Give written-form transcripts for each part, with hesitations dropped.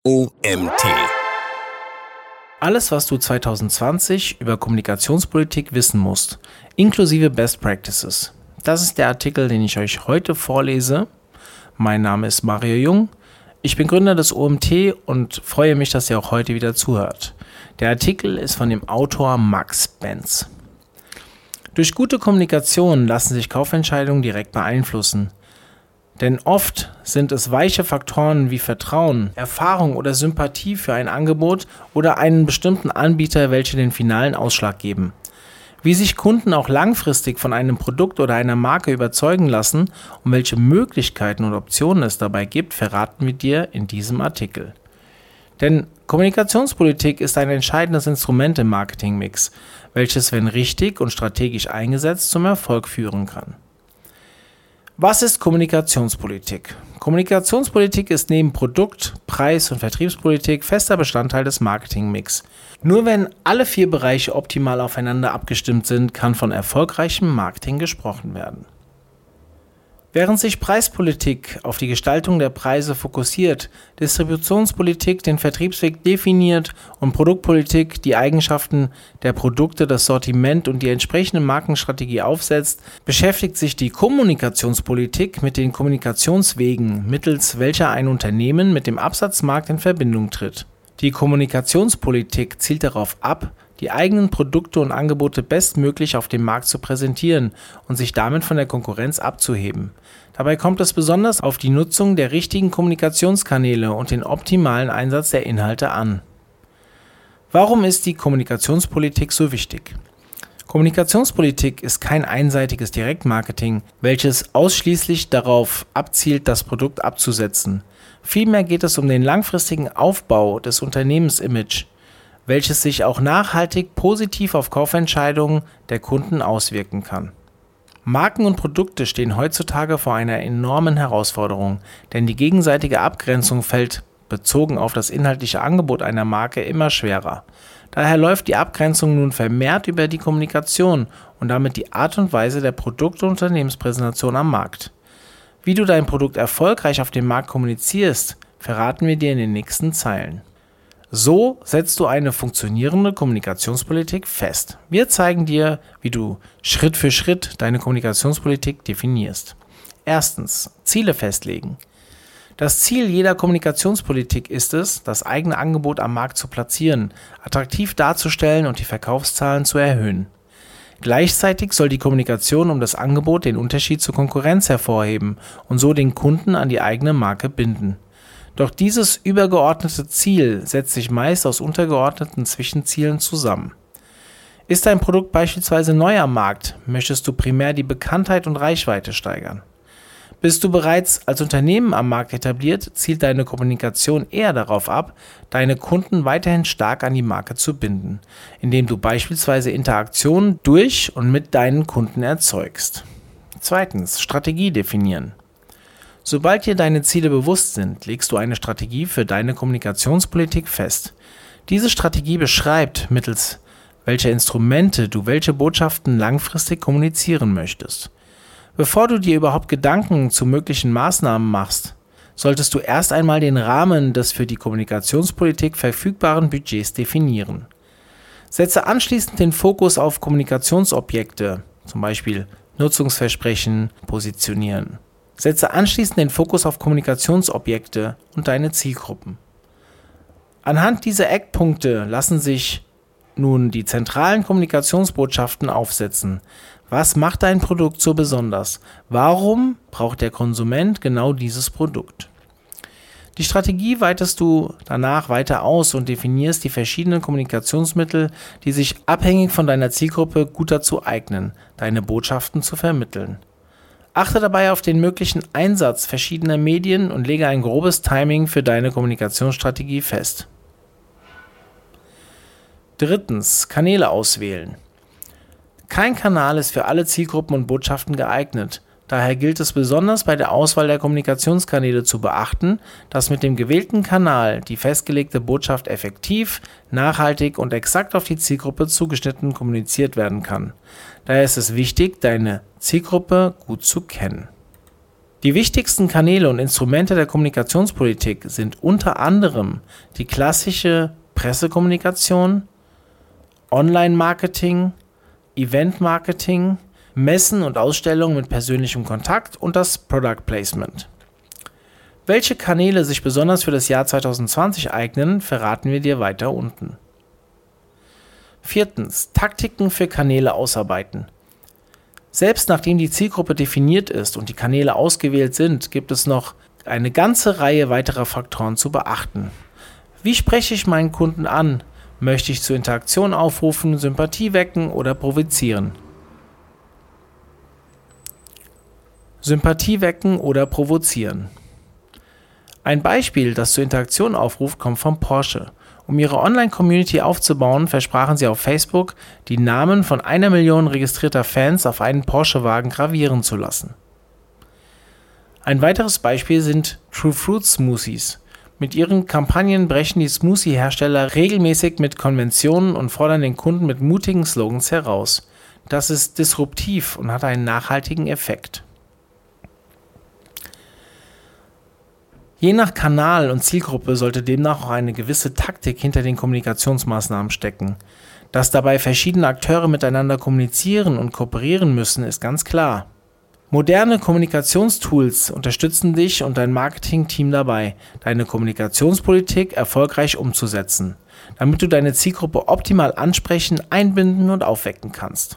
OMT. Alles, was du 2020 über Kommunikationspolitik wissen musst, inklusive Best Practices. Das ist der Artikel, den ich euch heute vorlese. Mein Name ist Mario Jung. Ich bin Gründer des OMT und freue mich, dass ihr auch heute wieder zuhört. Der Artikel ist von dem Autor Max Benz. Durch gute Kommunikation lassen sich Kaufentscheidungen direkt beeinflussen. Denn oft sind es weiche Faktoren wie Vertrauen, Erfahrung oder Sympathie für ein Angebot oder einen bestimmten Anbieter, welche den finalen Ausschlag geben. Wie sich Kunden auch langfristig von einem Produkt oder einer Marke überzeugen lassen und welche Möglichkeiten und Optionen es dabei gibt, verraten wir dir in diesem Artikel. Denn Kommunikationspolitik ist ein entscheidendes Instrument im Marketingmix, welches, wenn richtig und strategisch eingesetzt, zum Erfolg führen kann. Was ist Kommunikationspolitik? Kommunikationspolitik ist neben Produkt-, Preis- und Vertriebspolitik fester Bestandteil des Marketingmix. Nur wenn alle 4 Bereiche optimal aufeinander abgestimmt sind, kann von erfolgreichem Marketing gesprochen werden. Während sich Preispolitik auf die Gestaltung der Preise fokussiert, Distributionspolitik den Vertriebsweg definiert und Produktpolitik die Eigenschaften der Produkte, das Sortiment und die entsprechende Markenstrategie aufsetzt, beschäftigt sich die Kommunikationspolitik mit den Kommunikationswegen, mittels welcher ein Unternehmen mit dem Absatzmarkt in Verbindung tritt. Die Kommunikationspolitik zielt darauf ab, die eigenen Produkte und Angebote bestmöglich auf dem Markt zu präsentieren und sich damit von der Konkurrenz abzuheben. Dabei kommt es besonders auf die Nutzung der richtigen Kommunikationskanäle und den optimalen Einsatz der Inhalte an. Warum ist die Kommunikationspolitik so wichtig? Kommunikationspolitik ist kein einseitiges Direktmarketing, welches ausschließlich darauf abzielt, das Produkt abzusetzen. Vielmehr geht es um den langfristigen Aufbau des Unternehmensimage, welches sich auch nachhaltig positiv auf Kaufentscheidungen der Kunden auswirken kann. Marken und Produkte stehen heutzutage vor einer enormen Herausforderung, denn die gegenseitige Abgrenzung fällt, bezogen auf das inhaltliche Angebot einer Marke, immer schwerer. Daher läuft die Abgrenzung nun vermehrt über die Kommunikation und damit die Art und Weise der Produkt- und Unternehmenspräsentation am Markt. Wie du dein Produkt erfolgreich auf dem Markt kommunizierst, verraten wir dir in den nächsten Zeilen. So setzt du eine funktionierende Kommunikationspolitik fest. Wir zeigen dir, wie du Schritt für Schritt deine Kommunikationspolitik definierst. Erstens, Ziele festlegen. Das Ziel jeder Kommunikationspolitik ist es, das eigene Angebot am Markt zu platzieren, attraktiv darzustellen und die Verkaufszahlen zu erhöhen. Gleichzeitig soll die Kommunikation um das Angebot den Unterschied zur Konkurrenz hervorheben und so den Kunden an die eigene Marke binden. Doch dieses übergeordnete Ziel setzt sich meist aus untergeordneten Zwischenzielen zusammen. Ist dein Produkt beispielsweise neu am Markt, möchtest du primär die Bekanntheit und Reichweite steigern. Bist du bereits als Unternehmen am Markt etabliert, zielt deine Kommunikation eher darauf ab, deine Kunden weiterhin stark an die Marke zu binden, indem du beispielsweise Interaktionen durch und mit deinen Kunden erzeugst. Zweitens, Strategie definieren. Sobald dir deine Ziele bewusst sind, legst du eine Strategie für deine Kommunikationspolitik fest. Diese Strategie beschreibt, mittels welcher Instrumente du welche Botschaften langfristig kommunizieren möchtest. Bevor du dir überhaupt Gedanken zu möglichen Maßnahmen machst, solltest du erst einmal den Rahmen des für die Kommunikationspolitik verfügbaren Budgets definieren. Setze anschließend den Fokus auf Kommunikationsobjekte, zum Beispiel Nutzungsversprechen, positionieren. Setze anschließend den Fokus auf Kommunikationsobjekte und deine Zielgruppen. Anhand dieser Eckpunkte lassen sich nun die zentralen Kommunikationsbotschaften aufsetzen. Was macht dein Produkt so besonders? Warum braucht der Konsument genau dieses Produkt? Die Strategie weitest du danach weiter aus und definierst die verschiedenen Kommunikationsmittel, die sich abhängig von deiner Zielgruppe gut dazu eignen, deine Botschaften zu vermitteln. Achte dabei auf den möglichen Einsatz verschiedener Medien und lege ein grobes Timing für deine Kommunikationsstrategie fest. Drittens, Kanäle auswählen. Kein Kanal ist für alle Zielgruppen und Botschaften geeignet. Daher gilt es besonders bei der Auswahl der Kommunikationskanäle zu beachten, dass mit dem gewählten Kanal die festgelegte Botschaft effektiv, nachhaltig und exakt auf die Zielgruppe zugeschnitten kommuniziert werden kann. Daher ist es wichtig, deine Zielgruppe gut zu kennen. Die wichtigsten Kanäle und Instrumente der Kommunikationspolitik sind unter anderem die klassische Pressekommunikation, Online-Marketing, Event-Marketing, Messen und Ausstellungen mit persönlichem Kontakt und das Product Placement. Welche Kanäle sich besonders für das Jahr 2020 eignen, verraten wir dir weiter unten. 4. Taktiken für Kanäle ausarbeiten. Selbst nachdem die Zielgruppe definiert ist und die Kanäle ausgewählt sind, gibt es noch eine ganze Reihe weiterer Faktoren zu beachten. Wie spreche ich meinen Kunden an? Möchte ich zur Interaktion aufrufen, Sympathie wecken oder provozieren? Sympathie wecken oder provozieren. Ein Beispiel, das zur Interaktion aufruft, kommt von Porsche. Um ihre Online-Community aufzubauen, versprachen sie auf Facebook, die Namen von 1 Million registrierter Fans auf einen Porsche-Wagen gravieren zu lassen. Ein weiteres Beispiel sind True Fruit Smoothies. Mit ihren Kampagnen brechen die Smoothie-Hersteller regelmäßig mit Konventionen und fordern den Kunden mit mutigen Slogans heraus. Das ist disruptiv und hat einen nachhaltigen Effekt. Je nach Kanal und Zielgruppe sollte demnach auch eine gewisse Taktik hinter den Kommunikationsmaßnahmen stecken. Dass dabei verschiedene Akteure miteinander kommunizieren und kooperieren müssen, ist ganz klar. Moderne Kommunikationstools unterstützen dich und dein Marketingteam dabei, deine Kommunikationspolitik erfolgreich umzusetzen, damit du deine Zielgruppe optimal ansprechen, einbinden und aufwecken kannst.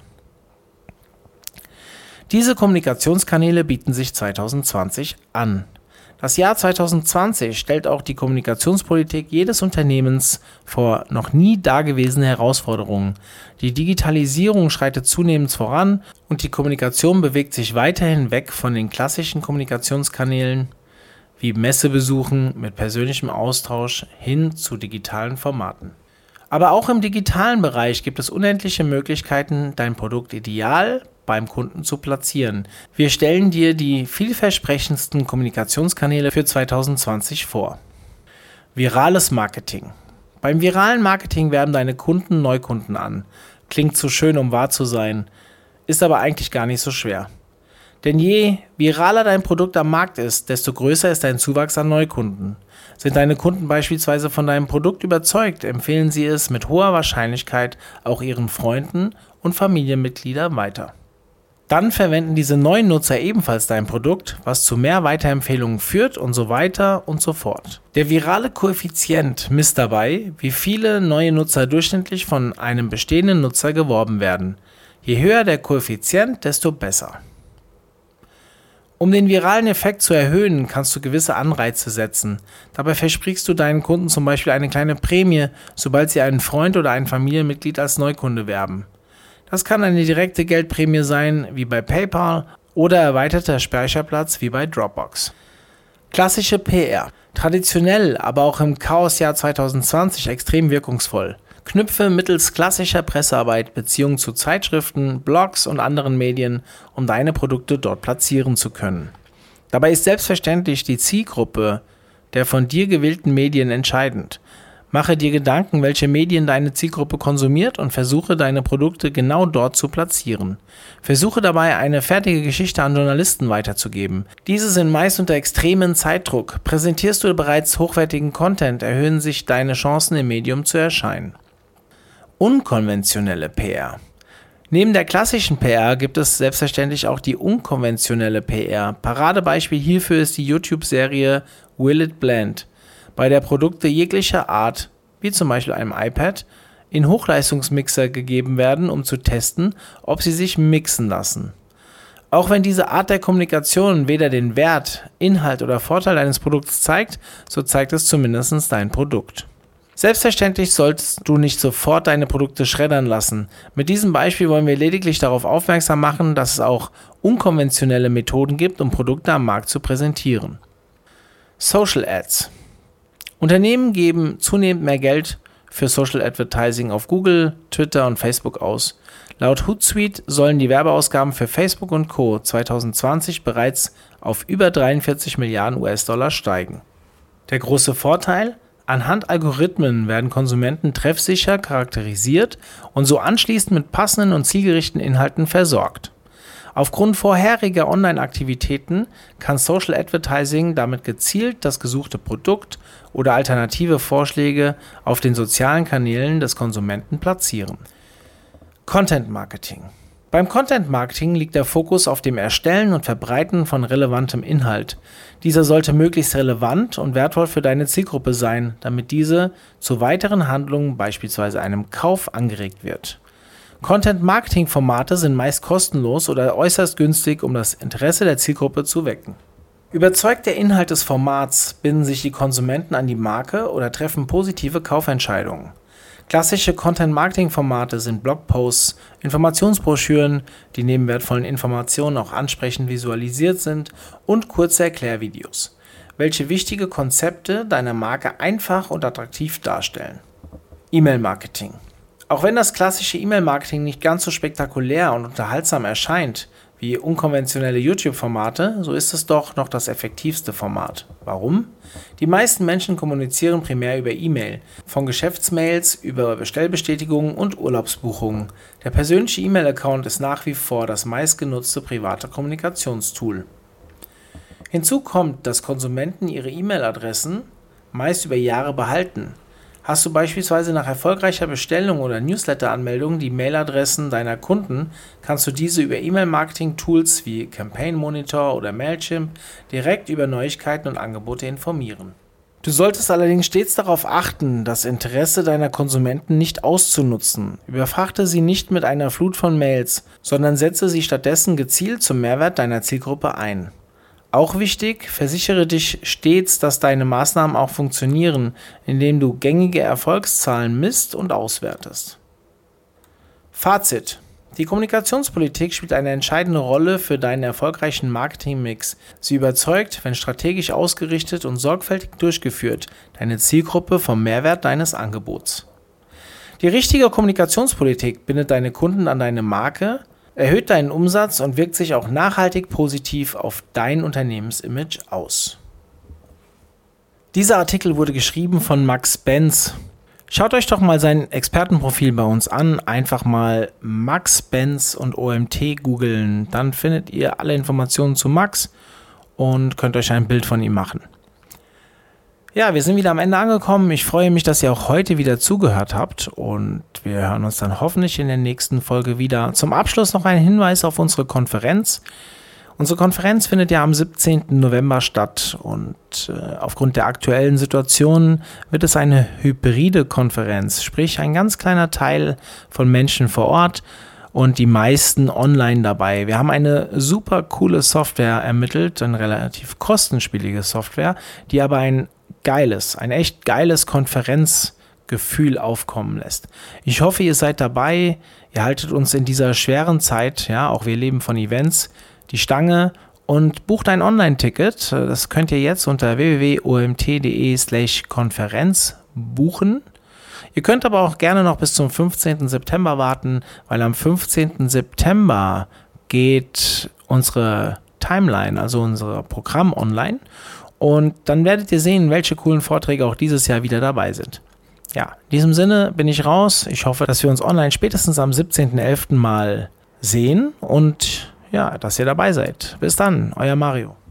Diese Kommunikationskanäle bieten sich 2020 an. Das Jahr 2020 stellt auch die Kommunikationspolitik jedes Unternehmens vor noch nie dagewesene Herausforderungen. Die Digitalisierung schreitet zunehmend voran und die Kommunikation bewegt sich weiterhin weg von den klassischen Kommunikationskanälen wie Messebesuchen mit persönlichem Austausch hin zu digitalen Formaten. Aber auch im digitalen Bereich gibt es unendliche Möglichkeiten, dein Produkt ideal beim Kunden zu platzieren. Wir stellen dir die vielversprechendsten Kommunikationskanäle für 2020 vor. Virales Marketing. Beim viralen Marketing werben deine Kunden Neukunden an. Klingt zu schön, um wahr zu sein, ist aber eigentlich gar nicht so schwer. Denn je viraler dein Produkt am Markt ist, desto größer ist dein Zuwachs an Neukunden. Sind deine Kunden beispielsweise von deinem Produkt überzeugt, empfehlen sie es mit hoher Wahrscheinlichkeit auch ihren Freunden und Familienmitgliedern weiter. Dann verwenden diese neuen Nutzer ebenfalls dein Produkt, was zu mehr Weiterempfehlungen führt und so weiter und so fort. Der virale Koeffizient misst dabei, wie viele neue Nutzer durchschnittlich von einem bestehenden Nutzer geworben werden. Je höher der Koeffizient, desto besser. Um den viralen Effekt zu erhöhen, kannst du gewisse Anreize setzen. Dabei versprichst du deinen Kunden zum Beispiel eine kleine Prämie, sobald sie einen Freund oder ein Familienmitglied als Neukunde werben. Das kann eine direkte Geldprämie sein, wie bei PayPal, oder erweiterter Speicherplatz, wie bei Dropbox. Klassische PR. Traditionell, aber auch im Chaosjahr 2020 extrem wirkungsvoll. Knüpfe mittels klassischer Pressearbeit Beziehungen zu Zeitschriften, Blogs und anderen Medien, um deine Produkte dort platzieren zu können. Dabei ist selbstverständlich die Zielgruppe der von dir gewählten Medien entscheidend. Mache dir Gedanken, welche Medien deine Zielgruppe konsumiert und versuche deine Produkte genau dort zu platzieren. Versuche dabei eine fertige Geschichte an Journalisten weiterzugeben. Diese sind meist unter extremen Zeitdruck. Präsentierst du bereits hochwertigen Content, erhöhen sich deine Chancen im Medium zu erscheinen. Unkonventionelle PR. Neben der klassischen PR gibt es selbstverständlich auch die unkonventionelle PR. Paradebeispiel hierfür ist die YouTube-Serie Will It Blend, bei der Produkte jeglicher Art, wie zum Beispiel einem iPad, in Hochleistungsmixer gegeben werden, um zu testen, ob sie sich mixen lassen. Auch wenn diese Art der Kommunikation weder den Wert, Inhalt oder Vorteil deines Produkts zeigt, so zeigt es zumindest dein Produkt. Selbstverständlich solltest du nicht sofort deine Produkte schreddern lassen. Mit diesem Beispiel wollen wir lediglich darauf aufmerksam machen, dass es auch unkonventionelle Methoden gibt, um Produkte am Markt zu präsentieren. Social Ads. Unternehmen geben zunehmend mehr Geld für Social Advertising auf Google, Twitter und Facebook aus. Laut Hootsuite sollen die Werbeausgaben für Facebook und Co. 2020 bereits auf über 43 Milliarden US-Dollar steigen. Der große Vorteil? Anhand Algorithmen werden Konsumenten treffsicher charakterisiert und so anschließend mit passenden und zielgerichteten Inhalten versorgt. Aufgrund vorheriger Online-Aktivitäten kann Social Advertising damit gezielt das gesuchte Produkt oder alternative Vorschläge auf den sozialen Kanälen des Konsumenten platzieren. Content Marketing. Beim Content Marketing liegt der Fokus auf dem Erstellen und Verbreiten von relevantem Inhalt. Dieser sollte möglichst relevant und wertvoll für deine Zielgruppe sein, damit diese zu weiteren Handlungen, beispielsweise einem Kauf, angeregt wird. Content-Marketing-Formate sind meist kostenlos oder äußerst günstig, um das Interesse der Zielgruppe zu wecken. Überzeugt der Inhalt des Formats, binden sich die Konsumenten an die Marke oder treffen positive Kaufentscheidungen. Klassische Content-Marketing-Formate sind Blogposts, Informationsbroschüren, die neben wertvollen Informationen auch ansprechend visualisiert sind, und kurze Erklärvideos, welche wichtige Konzepte deiner Marke einfach und attraktiv darstellen. E-Mail-Marketing. Auch wenn das klassische E-Mail-Marketing nicht ganz so spektakulär und unterhaltsam erscheint wie unkonventionelle YouTube-Formate, so ist es doch noch das effektivste Format. Warum? Die meisten Menschen kommunizieren primär über E-Mail, von Geschäftsmails über Bestellbestätigungen und Urlaubsbuchungen. Der persönliche E-Mail-Account ist nach wie vor das meistgenutzte private Kommunikationstool. Hinzu kommt, dass Konsumenten ihre E-Mail-Adressen meist über Jahre behalten. Hast du beispielsweise nach erfolgreicher Bestellung oder Newsletter-Anmeldung die Mailadressen deiner Kunden, kannst du diese über E-Mail-Marketing-Tools wie Campaign Monitor oder Mailchimp direkt über Neuigkeiten und Angebote informieren. Du solltest allerdings stets darauf achten, das Interesse deiner Konsumenten nicht auszunutzen. Überfrachte sie nicht mit einer Flut von Mails, sondern setze sie stattdessen gezielt zum Mehrwert deiner Zielgruppe ein. Auch wichtig, versichere dich stets, dass deine Maßnahmen auch funktionieren, indem du gängige Erfolgszahlen misst und auswertest. Fazit: Die Kommunikationspolitik spielt eine entscheidende Rolle für deinen erfolgreichen Marketingmix. Sie überzeugt, wenn strategisch ausgerichtet und sorgfältig durchgeführt, deine Zielgruppe vom Mehrwert deines Angebots. Die richtige Kommunikationspolitik bindet deine Kunden an deine Marke, erhöht deinen Umsatz und wirkt sich auch nachhaltig positiv auf dein Unternehmensimage aus. Dieser Artikel wurde geschrieben von Max Benz. Schaut euch doch mal sein Expertenprofil bei uns an. Einfach mal Max Benz und OMT googeln. Dann findet ihr alle Informationen zu Max und könnt euch ein Bild von ihm machen. Ja, wir sind wieder am Ende angekommen. Ich freue mich, dass ihr auch heute wieder zugehört habt und wir hören uns dann hoffentlich in der nächsten Folge wieder. Zum Abschluss noch ein Hinweis auf unsere Konferenz. Unsere Konferenz findet ja am 17. November statt und aufgrund der aktuellen Situation wird es eine hybride Konferenz, sprich ein ganz kleiner Teil von Menschen vor Ort und die meisten online dabei. Wir haben eine super coole Software ermittelt, eine relativ kostenspielige Software, die aber ein echt geiles Konferenzgefühl aufkommen lässt. Ich hoffe, ihr seid dabei, ihr haltet uns in dieser schweren Zeit, ja, auch wir leben von Events, die Stange und bucht ein Online-Ticket. Das könnt ihr jetzt unter www.omt.de/Konferenz buchen. Ihr könnt aber auch gerne noch bis zum 15. September warten, weil am 15. September geht unsere Timeline, also unser Programm online. Und dann werdet ihr sehen, welche coolen Vorträge auch dieses Jahr wieder dabei sind. Ja, in diesem Sinne bin ich raus. Ich hoffe, dass wir uns online spätestens am 17.11. mal sehen und ja, dass ihr dabei seid. Bis dann, euer Mario.